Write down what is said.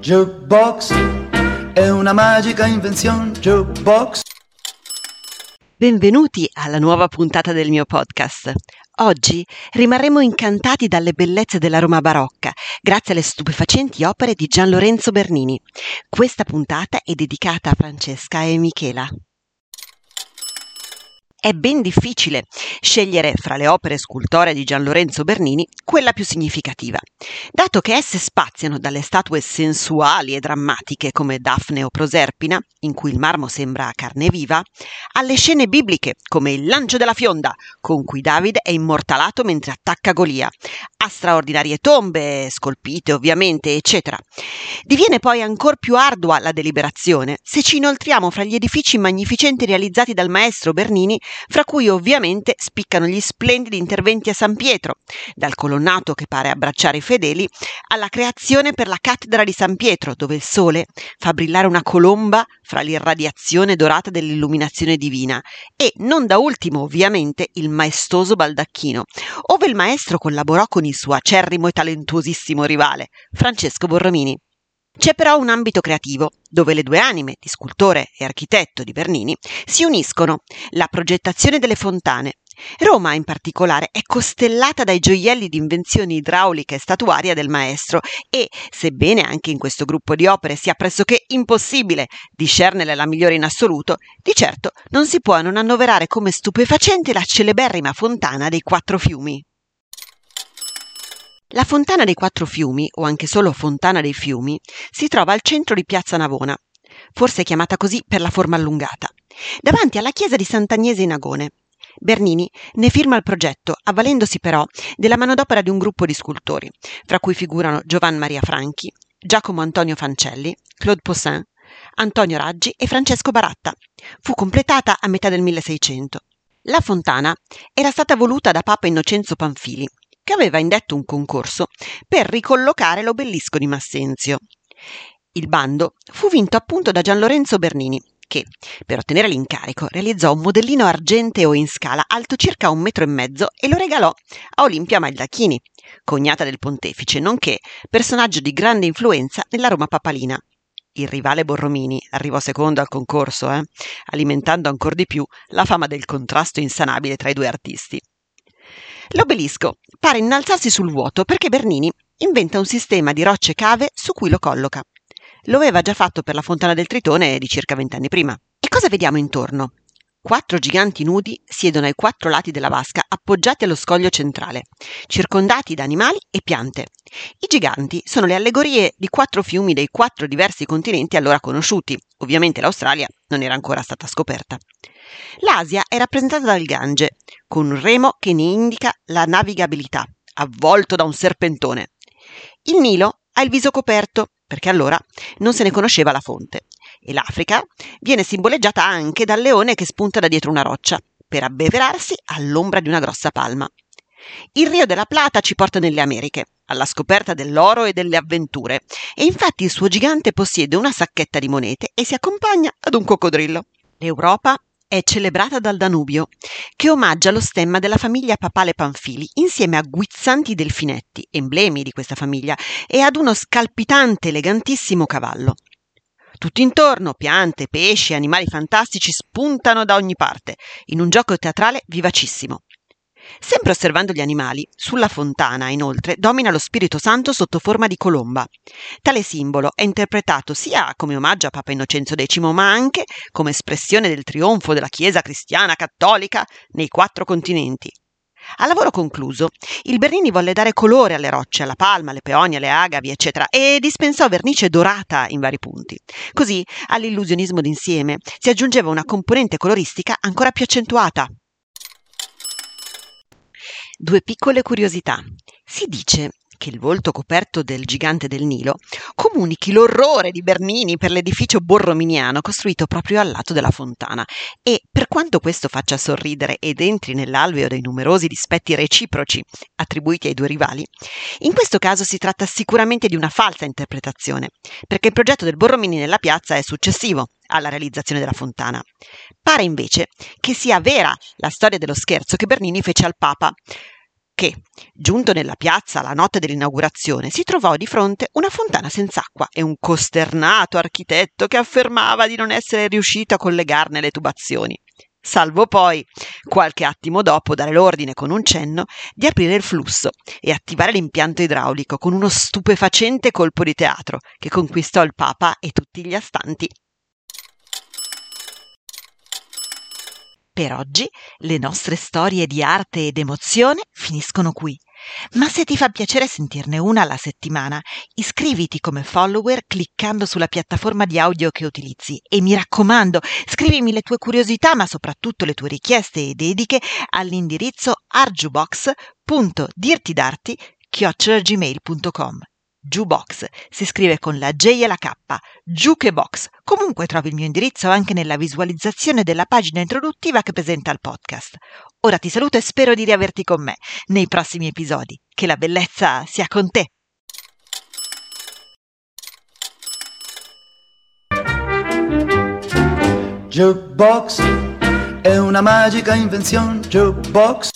Jukebox è una magica invenzione. Jukebox. Benvenuti alla nuova puntata del mio podcast. Oggi rimarremo incantati dalle bellezze della Roma barocca, grazie alle stupefacenti opere di Gian Lorenzo Bernini. Questa puntata è dedicata a Francesca e Michela. È ben difficile scegliere fra le opere scultoree di Gian Lorenzo Bernini quella più significativa, dato che esse spaziano dalle statue sensuali e drammatiche come Daphne o Proserpina, in cui il marmo sembra carne viva, alle scene bibliche come il lancio della fionda, con cui Davide è immortalato mentre attacca Golia, a straordinarie tombe, scolpite ovviamente, eccetera. Diviene poi ancor più ardua la deliberazione se ci inoltriamo fra gli edifici magnificenti realizzati dal maestro Bernini, fra cui ovviamente spiccano gli splendidi interventi a San Pietro, dal colonnato che pare abbracciare i fedeli alla creazione per la cattedra di San Pietro, dove il sole fa brillare una colomba fra l'irradiazione dorata dell'illuminazione divina, e non da ultimo ovviamente il maestoso baldacchino, ove il maestro collaborò con il suo acerrimo e talentuosissimo rivale, Francesco Borromini. C'è però un ambito creativo, dove le due anime, di scultore e architetto di Bernini, si uniscono: la progettazione delle fontane. Roma, in particolare, è costellata dai gioielli di invenzioni idraulica e statuaria del maestro e, sebbene anche in questo gruppo di opere sia pressoché impossibile discernere la migliore in assoluto, di certo non si può non annoverare come stupefacente la celeberrima Fontana dei Quattro Fiumi. La Fontana dei Quattro Fiumi, o anche solo Fontana dei Fiumi, si trova al centro di Piazza Navona, forse chiamata così per la forma allungata, davanti alla chiesa di Sant'Agnese in Agone. Bernini ne firma il progetto, avvalendosi però della manodopera di un gruppo di scultori, fra cui figurano Giovan Maria Franchi, Giacomo Antonio Fancelli, Claude Poussin, Antonio Raggi e Francesco Baratta. Fu completata a metà del 1600. La fontana era stata voluta da Papa Innocenzo Panfili, che aveva indetto un concorso per ricollocare l'obelisco di Massenzio. Il bando fu vinto appunto da Gian Lorenzo Bernini, che, per ottenere l'incarico, realizzò un modellino argenteo in scala alto circa 1,5 metri e lo regalò a Olimpia Maldacchini, cognata del pontefice, nonché personaggio di grande influenza nella Roma papalina. Il rivale Borromini arrivò secondo al concorso, alimentando ancor di più la fama del contrasto insanabile tra i due artisti. L'obelisco pare innalzarsi sul vuoto perché Bernini inventa un sistema di rocce cave su cui lo colloca. Lo aveva già fatto per la Fontana del Tritone di circa 20 anni prima. E cosa vediamo intorno? 4 giganti nudi siedono ai 4 lati della vasca, appoggiati allo scoglio centrale, circondati da animali e piante. I giganti sono le allegorie di 4 fiumi dei 4 diversi continenti allora conosciuti. Ovviamente l'Australia non era ancora stata scoperta. L'Asia è rappresentata dal Gange, con un remo che ne indica la navigabilità, avvolto da un serpentone. Il Nilo ha il viso coperto, perché allora non se ne conosceva la fonte, e l'Africa viene simboleggiata anche dal leone che spunta da dietro una roccia, per abbeverarsi all'ombra di una grossa palma. Il Rio della Plata ci porta nelle Americhe, alla scoperta dell'oro e delle avventure, e infatti il suo gigante possiede una sacchetta di monete e si accompagna ad un coccodrillo. L'Europa è celebrata dal Danubio, che omaggia lo stemma della famiglia papale Panfili insieme a guizzanti delfinetti, emblemi di questa famiglia, e ad uno scalpitante, elegantissimo cavallo. Tutt'intorno piante, pesci e animali fantastici spuntano da ogni parte, in un gioco teatrale vivacissimo. Sempre osservando gli animali, sulla fontana, inoltre, domina lo Spirito Santo sotto forma di colomba. Tale simbolo è interpretato sia come omaggio a Papa Innocenzo X, ma anche come espressione del trionfo della Chiesa cristiana cattolica nei 4 continenti. A lavoro concluso, il Bernini volle dare colore alle rocce, alla palma, alle peonie, alle agavi, eccetera, e dispensò vernice dorata in vari punti. Così, all'illusionismo d'insieme si aggiungeva una componente coloristica ancora più accentuata. 2 piccole curiosità. Si dice che il volto coperto del gigante del Nilo comunichi l'orrore di Bernini per l'edificio borrominiano costruito proprio al lato della fontana, e per quanto questo faccia sorridere ed entri nell'alveo dei numerosi dispetti reciproci attribuiti ai due rivali, in questo caso si tratta sicuramente di una falsa interpretazione, perché il progetto del Borromini nella piazza è successivo alla realizzazione della fontana. Pare invece che sia vera la storia dello scherzo che Bernini fece al Papa che, giunto nella piazza la notte dell'inaugurazione, si trovò di fronte una fontana senza acqua e un costernato architetto che affermava di non essere riuscito a collegarne le tubazioni, salvo poi, qualche attimo dopo, dare l'ordine con un cenno di aprire il flusso e attivare l'impianto idraulico con uno stupefacente colpo di teatro che conquistò il Papa e tutti gli astanti. Per oggi le nostre storie di arte ed emozione finiscono qui. Ma se ti fa piacere sentirne una alla settimana, iscriviti come follower cliccando sulla piattaforma di audio che utilizzi e mi raccomando, scrivimi le tue curiosità ma soprattutto le tue richieste e dediche all'indirizzo arjubox.dirtidarti@gmail.com. Jukebox si scrive con la J e la K, Jukebox. Comunque trovi il mio indirizzo anche nella visualizzazione della pagina introduttiva che presenta il podcast. Ora ti saluto e spero di riaverti con me nei prossimi episodi. Che la bellezza sia con te! Jukebox è una magica invenzione. Jukebox